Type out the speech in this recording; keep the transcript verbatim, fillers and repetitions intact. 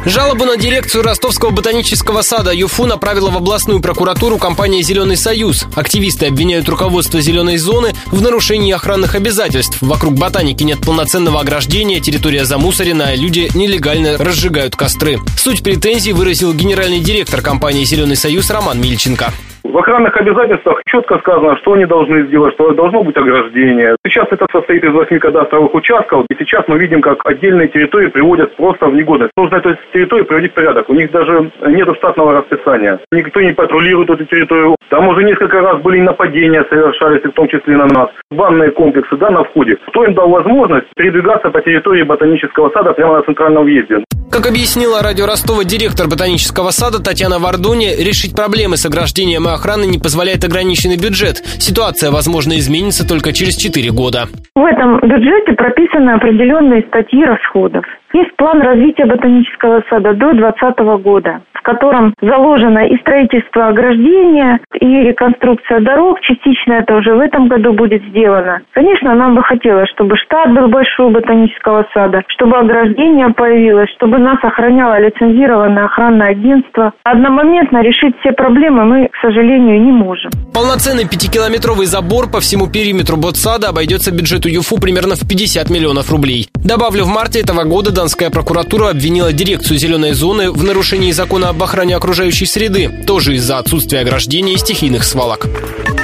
Жалобу на дирекцию Ростовского ботанического сада ЮФУ направила в областную прокуратуру компания «Зеленый союз». Активисты обвиняют руководство «Зеленой зоны» в нарушении охранных обязательств. Вокруг ботаники нет полноценного ограждения, территория замусорена, а люди нелегально разжигают костры. Суть претензий выразил генеральный директор компании «Зеленый союз» Роман Мильченко. В охранных обязательствах четко сказано, что они должны сделать, что должно быть ограждение. Сейчас это состоит из восьми кадастровых участков, и сейчас мы видим, как отдельные территории приводят просто в негодность. Нужно эту территорию приводить в порядок. У них даже нет штатного расписания. Никто не патрулирует эту территорию. Там уже несколько раз были нападения, совершались, в том числе на нас. Банные комплексы, да, на входе. Кто им дал возможность передвигаться по территории ботанического сада прямо на центральном въезде? Как объяснила радио Ростова директор ботанического сада Татьяна Вардони, решить проблемы с ограждением и охраной не позволяет ограниченный бюджет. Ситуация, возможно, изменится только через четыре года. В этом бюджете прописаны определенные статьи расходов. Есть план развития ботанического сада до двадцатого года, в котором заложено и строительство ограждения, и реконструкция дорог. Частично это уже в этом году будет сделано. Конечно, нам бы хотелось, чтобы штат был большой ботанического сада, чтобы ограждение появилось, чтобы нас охраняло лицензированное охранное агентство. Одномоментно решить все проблемы мы, к сожалению, не можем. Полноценный пятикилометровый забор по всему периметру ботсада обойдется бюджету ЮФУ примерно в пятьдесят миллионов рублей. Добавлю, в марте этого года Донская прокуратура обвинила дирекцию «Зеленой зоны» в нарушении закона об охране окружающей среды, тоже из-за отсутствия ограждения и стихийных свалок.